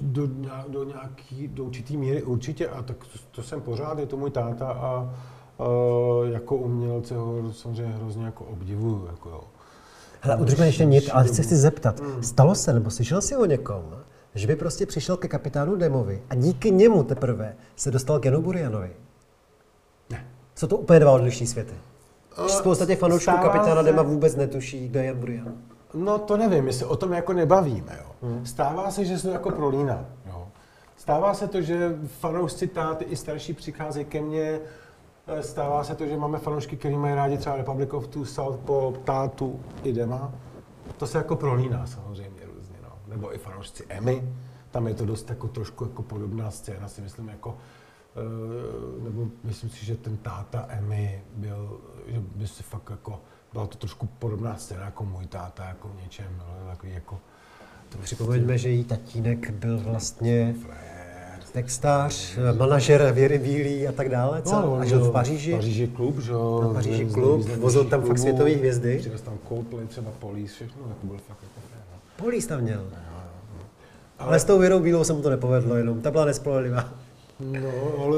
do určitý míry určitě, a tak to jsem pořád, je to můj táta a jako umělce ho samozřejmě hrozně jako obdivuju. Jako jo. Hele, udržme ještě nit, ale se chci zeptat, stalo se, nebo slyšel jsi o někom, že by prostě přišel ke kapitánu Demovi a díky němu teprve se dostal k Janu Burianovi? Ne. Jsou to úplně dva odlišní světy. Spousta těch fanoušků kapitána Dema vůbec netuší, kdo je Jan Burian. No to nevím, my se o tom jako nebavíme. Jo. Stává se, že se to jako prolíná. Jo. Stává se to, že fanoušci táty i starší přicházejí ke mně. Stává se to, že máme fanoušky, kteří mají rádi třeba Republic of Two, Southpaw, tátu i Dema. To se jako prolíná samozřejmě různě. No. Nebo i fanoušci Emmy. Tam je to dost jako trošku jako podobná scéna, si myslím, jako nebo myslím si, že ten táta Emmy byl, že by si fakt jako, byla to trošku podobná scéna jako můj táta, jako v něčem, takový jako... Připomeňme, že její tatínek byl vlastně textář, manažer Věry Bílý a tak dále, a žil v Paříži. Paříži klub, že jo. Na Paříži klub, vozil tam fakt světové hvězdy. Přivez tam Coldplay, třeba Police, všechno, to byl fakt jako fér. Police tam měl. Ale s tou Věrou Bílou se mu to nepovedlo jenom, ta byla nespolehlivá. No, ale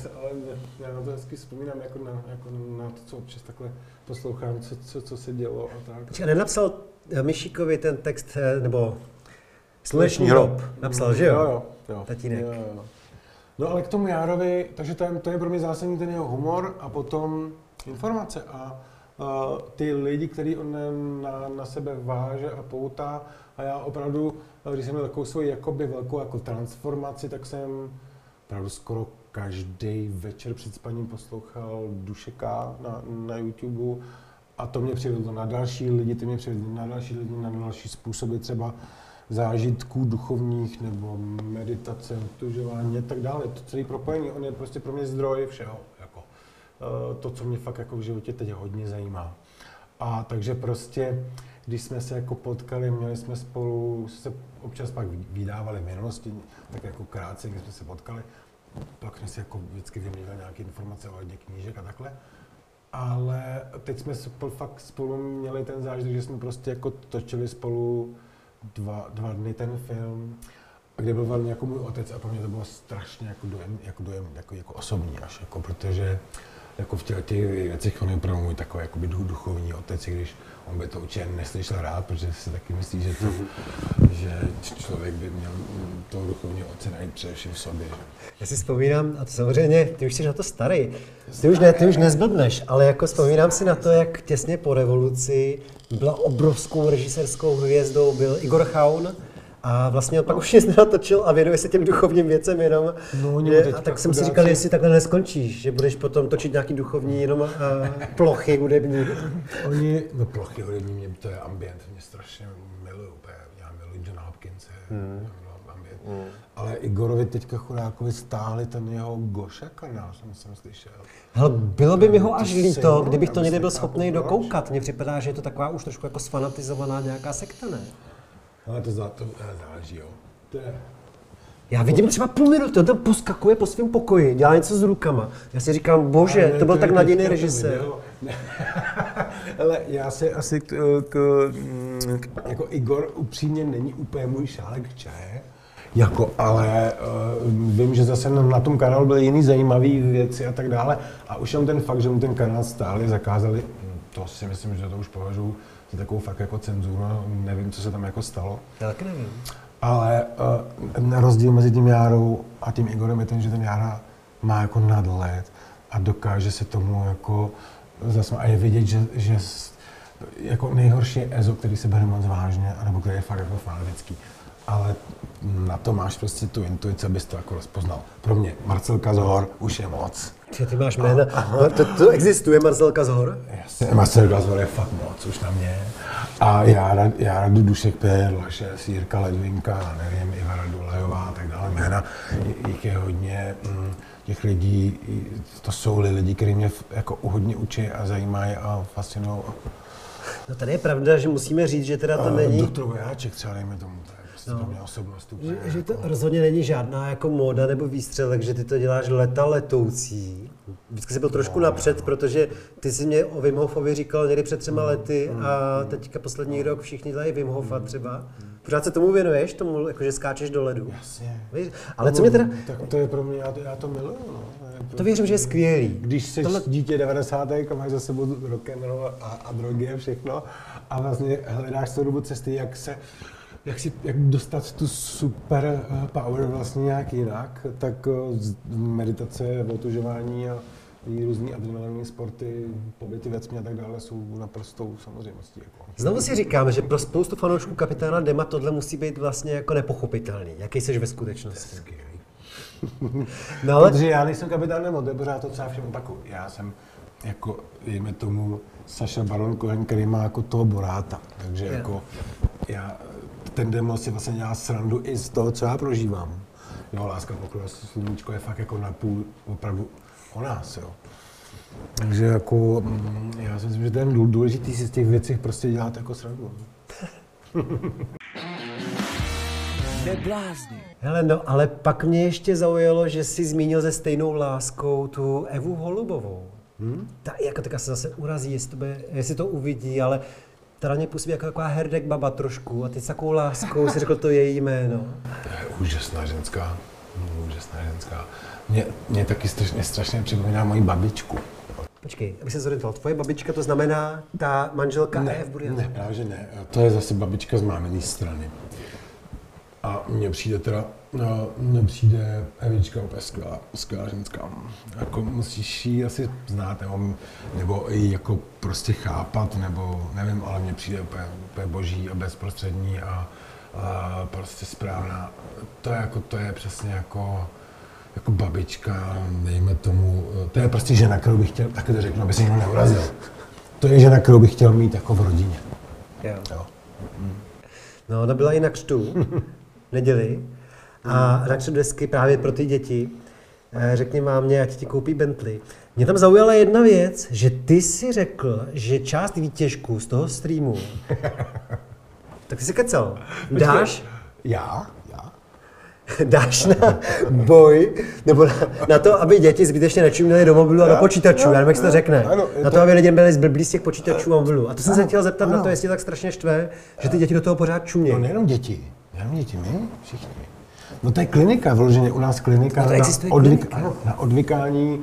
já na to hezky vzpomínám, jako na to, co občas takhle poslouchám, co se dělo a tak. Počkej, nenapsal Myšíkovi ten text, nebo Sluneční hrob, napsal, že jo? Jo. Tatínek. Jo. No ale k tomu Járovi, takže to je pro mě zásadní ten jeho humor a potom informace a ty lidi, který on na sebe váže a poutá a já opravdu, když jsem měl takovou svoji jakoby velkou jako transformaci, tak jsem opravdu skoro každý večer před spaním poslouchal Dušeka na YouTube a to mě přivedlo na další lidi, ty mě přivedly na další lidi, na další způsoby třeba zážitků duchovních nebo meditace, obtužování a tak dále. To celé propojení, on je prostě pro mě zdroj všeho. Jako, to, co mě fakt jako v životě teď hodně zajímá. A takže prostě, když jsme se jako potkali, měli jsme spolu, se občas pak vydávali v minulosti, tak jako krátce, když jsme se potkali, pak jsme si jako vždycky vyměnili nějaké informace o hodně knížek a takhle. Ale teď jsme fakt spolu měli ten zážitek, že jsme prostě jako točili spolu dva dny ten film, kde byl vlastně jako můj otec a pro mě to bylo strašně jako osobní až, jako, protože jako v těch věcech on je pro můj takový jakoby duchovní otec, i když on by to určitě neslyšel rád, protože si taky myslí, že člověk by měl toho duchovního otce najít především v sobě. Já si vzpomínám, a to samozřejmě, ty už jsi na to starý, ty už nezblbneš, ale jako vzpomínám si na to, jak těsně po revoluci byla obrovskou režisérskou hvězdou, byl Igor Chaun, a vlastně pak už nic nenatočil a věnuje se těm duchovním věcem jenom. A tak jsem si říkal, jestli takhle neskončíš, že budeš potom točit nějaký duchovní jenom plochy hudební. Plochy hudební, mě to je ambient, mě strašně miluju, já miluji John Hopkins, ambient. Ale Igorovi teďka chudákovi stáhli ten jeho Goša kanál, jsem slyšel. Hele, bylo by mi ho až líto, kdybych to někdy byl schopný dokoukat. Mně připadá, že je to taková už trošku jako sfanatizovaná nějaká sekta, ne? Ale to záleží, jo. Já vidím třeba půl minuty, on tam poskakuje po svém pokoji, dělá něco s rukama. Já si říkám, bože, to byl tak nadějný režisér. Ale já se asi jako Igor upřímně není úplně můj šálek čaje. Ale vím, že zase na tom kanálu byly jiný zajímavé věci a tak dále. A už jenom ten fakt, že mu ten kanál stále zakázali, to si myslím, že to už považuji za takovou fakt jako cenzuru, nevím, co se tam jako stalo. Já taky nevím. Ale rozdíl mezi tím Járou a tím Igorem je ten, že ten Jára má jako nadhled a dokáže se tomu jako zasmát. A je vidět, že jako nejhorší je Ezo, který se bere moc vážně, anebo který je fakt jako fanatický. Ale na to máš prostě tu intuici, abys to jako rozpoznal. Pro mě Marcelka Zohor už je moc. Ty máš jména. To existuje Marcelka Zohor? Jasně, Marcelka Zohor je fakt moc už na mě. A já Dušek Pér, Lašes, Jirka Ledvinka, nevím, Ivara Dulajová a tak dále jména. Jich je hodně, těch lidí, to jsou lidi, kteří mě jako hodně učí a zajímají a fascinují. No tady je pravda, že musíme říct, že teda to není... Doktor Vojáček třeba, dejme tomu, to je prostě pro mě osobnost úplně. Že to rozhodně není žádná jako móda nebo výstřelek, že ty to děláš leta letoucí. Vždycky jsi byl trošku napřed, protože ty jsi mě o Wim Hofovi říkal někdy před 3 lety a teďka poslední rok všichni dělají Wim Hofa třeba. Pořád se tomu věnuješ, tomu, jakože skáčeš do ledu? Jasně. Ale co mě teda... Tak to je pro mě, já to miluju, no. To věřím, že je skvělý. Když jsi dítě 90. a máš za sebou rock'n'roll a drogy a všechno a vlastně hledáš celou dobu cesty, jak dostat tu super power vlastně nějak jinak, tak meditace, otužování a různý adrenalinní sporty, pobyty ve tmě a tak dále jsou naprostou samozřejmostí. Jako. Znovu si říkám, že pro spoustu fanoušků Kapitána Dema tohle musí být vlastně jako nepochopitelný. Jaký jsi ve skutečnosti? No, ale... Protože já nejsem kapitán Nemo, to je pořád to, co já všem opakuju. Já jsem jako, dejme tomu, Saša Baron Cohen, který má jako toho Boráta. Takže jako ten Demo si vlastně dělá srandu i z toho, co já prožívám. Jo, Láska pokroje sluníčko je fakt jako napůl opravdu o nás, jo. Takže jako, já si myslím, že to je důležitý si z těch věcí prostě dělat jako srandu. Neblázni. Hele, no, ale pak mě ještě zaujalo, že jsi zmínil se stejnou láskou tu Evu Holubovou. Ta jako teďka se zase urazí, jestli to uvidí, ale ta na mě působí jako taková herdek baba trošku a ty s takovou láskou si řekl to její jméno. To je úžasná ženská, úžasná ženská. Mě taky strašně připomíná moji babičku. Počkej, aby se zorientoval. Tvoje babička, to znamená ta manželka Eve Burian? Ne, právě že ne. To je zase babička z máminé strany. A mně přijde Evička úplně skvělá ženská. Jako musíš ji asi znát, nebo ji jako prostě chápat, nebo nevím, ale mně přijde úplně boží a bezprostřední a prostě správná. To je přesně jako babička, dejme tomu, to je prostě žena, kterou bych chtěl, taky to řeknu, aby se někdo neurazil. To je žena, kterou bych chtěl mít jako v rodině. Jo. No, ona byla i na křtu v neděli a na křtu desky právě pro ty děti. Řekni mámě, ať ti koupí Bentley. Mě tam zaujala jedna věc, že ty si řekl, že část výtěžku z toho streamu, tak ty si kecal. Dáš? Já? Dáš na boj, nebo na to, aby děti zbytečně nečuměly do mobilu a do počítačů, já nevím, jak se to řekne. Na to, aby lidi byli zblblí z těch počítačů a mobilů. A to jsem se chtěl zeptat na to, jestli tak strašně štve, že ty děti do toho pořád čumějí. No nejenom děti, my všichni. No to je klinika, vyloženě u nás klinika na odvykání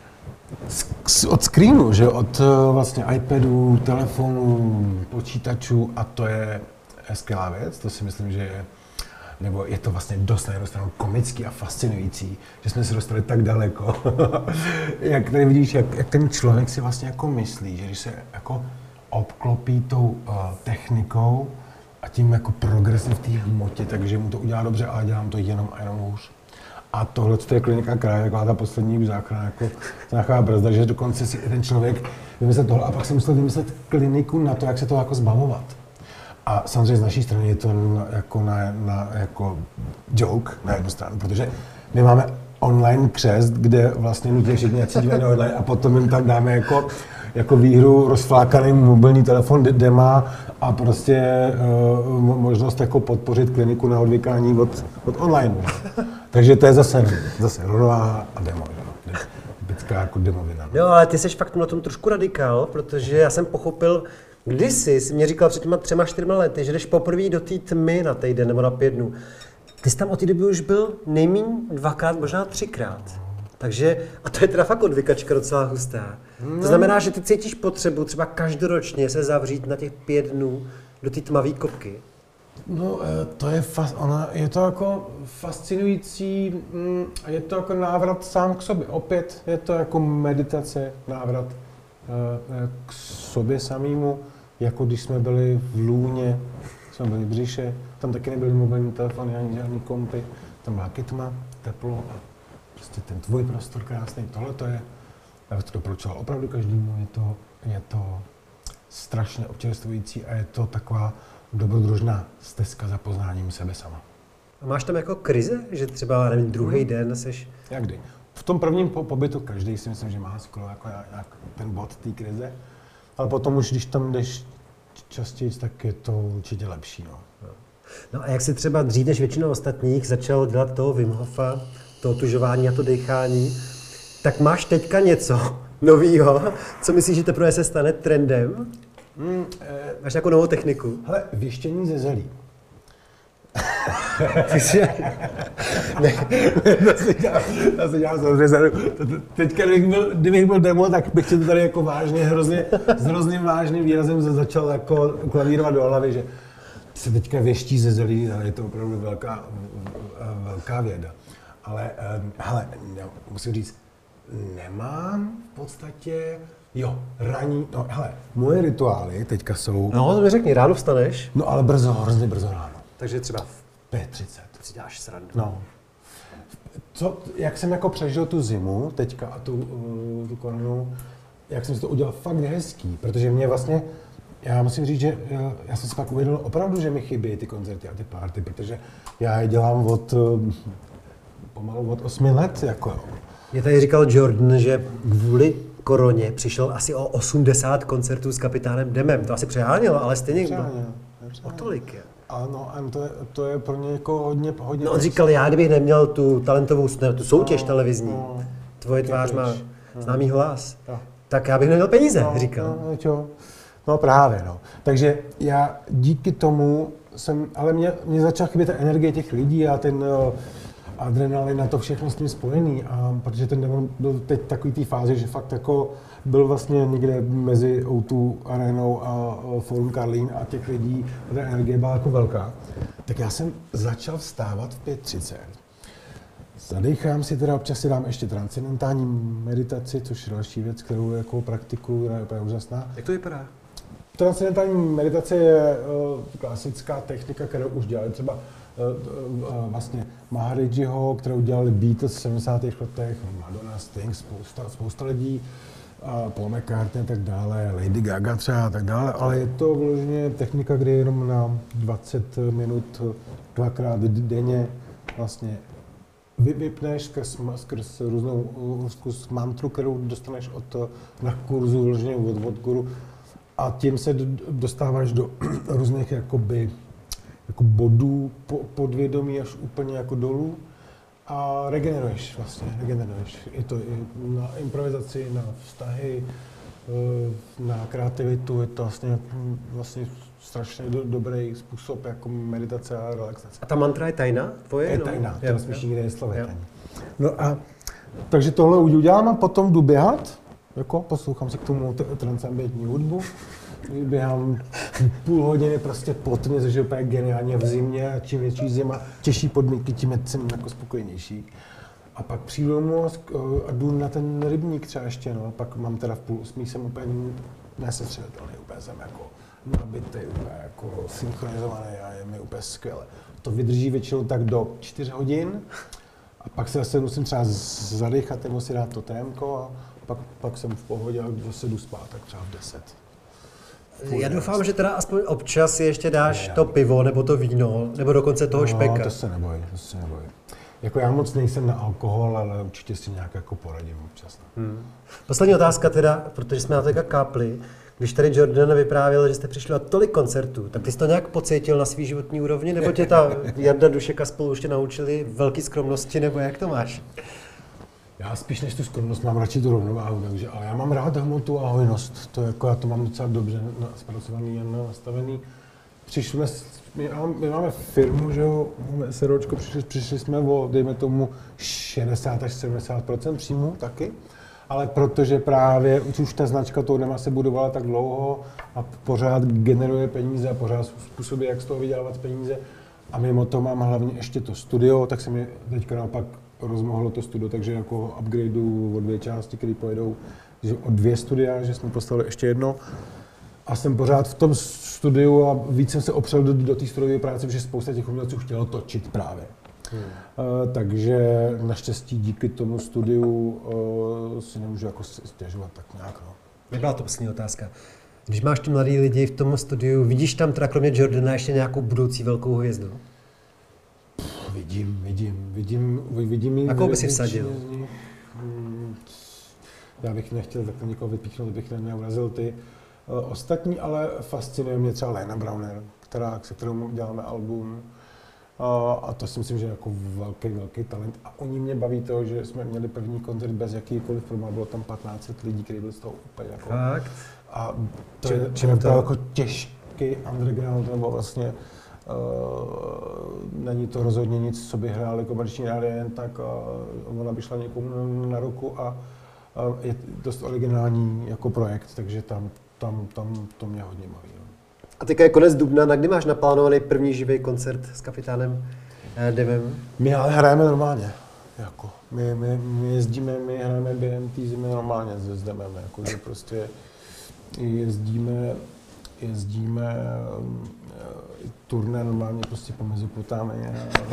od screenu, že od vlastně iPadů, telefonů, počítačů a to je skvělá věc, to si myslím, že je to vlastně dost na jednu stranu komický a fascinující, že jsme se dostali tak daleko. Jak tady vidíš, jak ten člověk si vlastně jako myslí, že když se jako obklopí tou technikou a tím jako progresem v té hmotě, takže mu to udělá dobře, ale dělám to jenom a jenom hůř. A tohle je klinika kraje, taková ta poslední záchrana, jako záchrana brzda, že dokonce si ten člověk vymyslel tohle a pak si musel vymyslet kliniku na to, jak se to jako zbavovat. A samozřejmě z naší strany je to jako joke na jednu stranu, protože my máme online křest, kde vlastně nutně všichni ať se dívají na online a potom jim tam dáme jako výhru rozflákaný mobilní telefon, kde má a prostě možnost jako podpořit kliniku na odvykání od online. Takže to je zase rovnováha a demo. Typická jako demovina. Jo, ale ty seš fakt na tom trošku radikál, protože já jsem pochopil, kdysi jsi mě říkal před těma 3-4 lety, že jdeš poprvé do té tmy na týden nebo na 5 dnů. Ty jsi tam od té doby už byl nejméně 2krát, možná 3krát. Takže, a to je teda fakt odvykačka docela hustá. To znamená, že ty cítíš potřebu třeba každoročně se zavřít na těch 5 dnů do té tmavé kopky. No, je to jako fascinující, je to jako návrat sám k sobě. Opět je to jako meditace, návrat k sobě samému, jako když jsme byli v lůně, jsme byli v břiše, tam taky nebyly mobilní telefony ani žádný kompy, tam byla tma, teplo a prostě ten tvůj prostor krásný, tohle to je, já bych to doporučoval opravdu každému, je to strašně občerstvující a je to taková dobrodružná stezka za poznáním sebe sama. A máš tam jako krize, že třeba, nevím, druhý den seš... Jakdy? V tom prvním pobytu každý si myslím, že má skoro jako ten bod té krize, ale potom už, když tam jdeš častěji, tak je to určitě lepší. No a jak jsi třeba dřív než většina ostatních začal dělat toho Wim Hofa, to otužování a to dechání, tak máš teďka něco novýho, co myslíš, že teprve se stane trendem? Máš nějakou novou techniku? Hele, věštění ze zelí. Já se dělám samozřejmě. Teďka, kdybych byl demo, tak bych ti to tady jako vážně, s hrozně vážným výrazem začal jako klavírovat do hlavy, že se teďka věští ze zelí, ale je to opravdu velká věda. Ale hele, musím říct, nemám v podstatě, hele, moje rituály teďka jsou... No, to mi řekni, ráno vstaneš? No ale hrozně brzo ráno. Takže třeba v 5:30. To si děláš srandu. No. Jak jsem jako přežil tu zimu teďka a tu koronu, jak jsem si to udělal fakt hezký, protože mě vlastně, já musím říct, že já jsem si pak uvědomil opravdu, že mi chybí ty koncerty a ty party, protože já je dělám pomalu od 8 let, jako jo. Mě tady říkal Jordan, že kvůli koroně přišel asi o 80 koncertů s Kapitánem Demem. To asi přeháněl, ale stejně o tolik je. Ano, to je pro ně jako hodně. No on říkal, já kdybych neměl tu talentovou tu soutěž televizní, tvoje tvář má známý hlas, tak já bych neměl peníze, říkal. No právě, no. Takže já díky tomu ale mě začala chybět ta energie těch lidí a adrenalin na to všechno s tím spojený, a protože ten demon byl teď takový té fázi, že fakt jako byl vlastně někde mezi O2 arenou a Forum Karlín a těch lidí, a ta energie byla jako velká, tak já jsem začal vstávat v 5:30. Zadechám si teda, občas si dám ještě transcendentální meditaci, což je další věc, kterou jako praktikuju, je úplně úžasná. Jak to vypadá? Transcendentální meditace je klasická technika, kterou už dělali třeba vlastně Maharijiho, kterou dělali Beatles v 70. letech, Madonna, Sting, spousta lidí, Paul McCartney a tak dále, Lady Gaga třeba a tak dále, ale je to vloženě technika, kdy jenom na 20 minut dvakrát denně vlastně vypneš skrz různou zkus mantru, kterou dostaneš na kurzu vloženě od guru, a tím se dostáváš do různých jakoby jako bodů podvědomí až úplně jako dolů a regeneruješ. Je to i na improvizaci, na vztahy, na kreativitu, je to vlastně strašně dobrý způsob jako meditace a relaxace. A ta mantra je tajná tvoje? Je tajná, to nesmíš nikde vyslovit. No a takže tohle udělám a potom jdu běhat, jako poslouchám si k tomu transcendentní hudbu. Běhám půl hodiny prostě potně, což je úplně geniálně v zimě, a čím větší zima, těžší podmínky, tím jsem jako spokojenější. A pak přijdu domů a jdu na ten rybník třeba ještě, no. Pak mám teda v 7:30 jsem úplně nesestřelitelný, úplně jsem jako nabitý, úplně jako synchronizovaný a je mi úplně skvěle. To vydrží většinou tak do 4 hodin a pak se zase musím třeba zadechat nebo si dát to témko a pak jsem v pohodě a zase jdu spát, tak třeba v 10. Já doufám, že teda aspoň občas si ještě dáš to pivo nebo to víno, nebo dokonce toho špeka. To se neboj. Jako já moc nejsem na alkohol, ale určitě si nějak jako poradím občas. Poslední otázka teda, protože jsme na to kápli. Když tady Jordan vyprávěl, že jste přišli na tolik koncertů, tak ty jsi to nějak pocítil na svý životní úrovni, nebo tě ta Jarda Dušek a spolu už tě naučili velké skromnosti, nebo jak to máš? Já spíš než tu skromnost mám radši tu rovnováhu, takže, ale já mám rád hmotu a hojnost. To jako, já to mám docela dobře zpracovaný a nastavený. My máme firmu, že jo, máme SROčko, přišli jsme o, dejme tomu, 60 až 70% příjmu taky. Ale protože právě už ta značka Tournema se budovala tak dlouho a pořád generuje peníze a pořád způsoby, jak z toho vydělávat peníze. A mimo to mám hlavně ještě to studio, tak se mi teďka naopak rozmohlo to studio, takže jako upgradeu o 2 části, které pojedou, že o 2 studia, že jsme postavili ještě jedno. A jsem pořád v tom studiu a víc jsem se opřel do té studiové práce, protože spousta těch umělců chtělo točit právě. Takže naštěstí díky tomu studiu si nemůžu jako stěžovat tak nějak. No. Nebyla to poslední otázka. Když máš ty mladý lidi v tom studiu, vidíš tam teda kromě Jordana ještě nějakou budoucí velkou hvězdu? Vidím. A koho by si vsadil? Já bych nechtěl takhle někoho vypíchnout, bych neurazil ty ostatní, ale fascinuje mě třeba Lena Browner, se kterou děláme album. A to si myslím, že je jako velký talent. A oni mě baví to, že jsme měli první koncert bez jakýkoliv problémů, bylo tam 1500 lidí, kteří byli z toho úplně jako... Fakt? A to je to jako těžký underground, nebo vlastně není to rozhodně nic, co by hráli komerční rádia jen tak a ona by šla někomu na ruku a je dost originální jako projekt, takže tam to mě hodně baví. No. A teďka je konec dubna, na kdy máš naplánovaný první živý koncert s Kapitánem Devem? My ale hrajeme normálně. Jako, my jezdíme, my hrajeme během té zimy normálně s Demem, jako, že prostě jezdíme turné normálně prostě po Mezopotámii.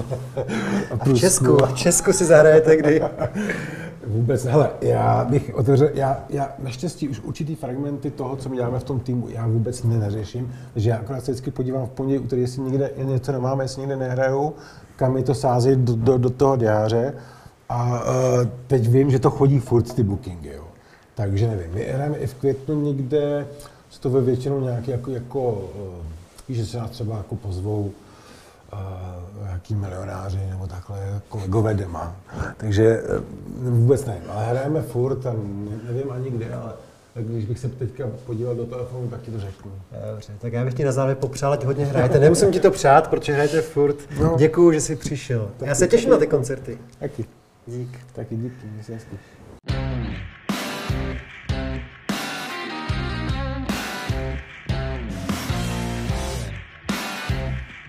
A Česku si zahrajete kdy? Vůbec, hele, já bych otevřel, já naštěstí už určitý fragmenty toho, co my děláme v tom týmu, já vůbec neřeším, takže já akorát se vždycky podívám v pondělí, úterý, jestli někde něco nemáme, jestli někde nehrajou, kam mi to sází do toho diáře a teď vím, že to chodí furt ty bookingy, jo. Takže nevím, my hrajeme i v květnu někde, to ve většinou nějaký víš, že se nás třeba jako pozvou nějaký milionáři nebo takhle, kolegové Dema. Takže vůbec nevím, ale hrajeme furt a nevím ani kde, ale když bych se teďka podíval do telefonu, tak ti to řeknu. Dobře, tak já bych ti na závěr popřál, ať hodně hrajete. Nemusím ti to přát, protože hrajete furt. No. Děkuju, že jsi přišel. Já se těším na ty koncerty. Taky. Dík. Taky díky, měj se hezky.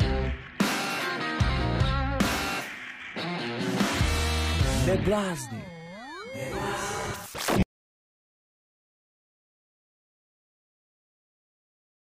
Neblázni.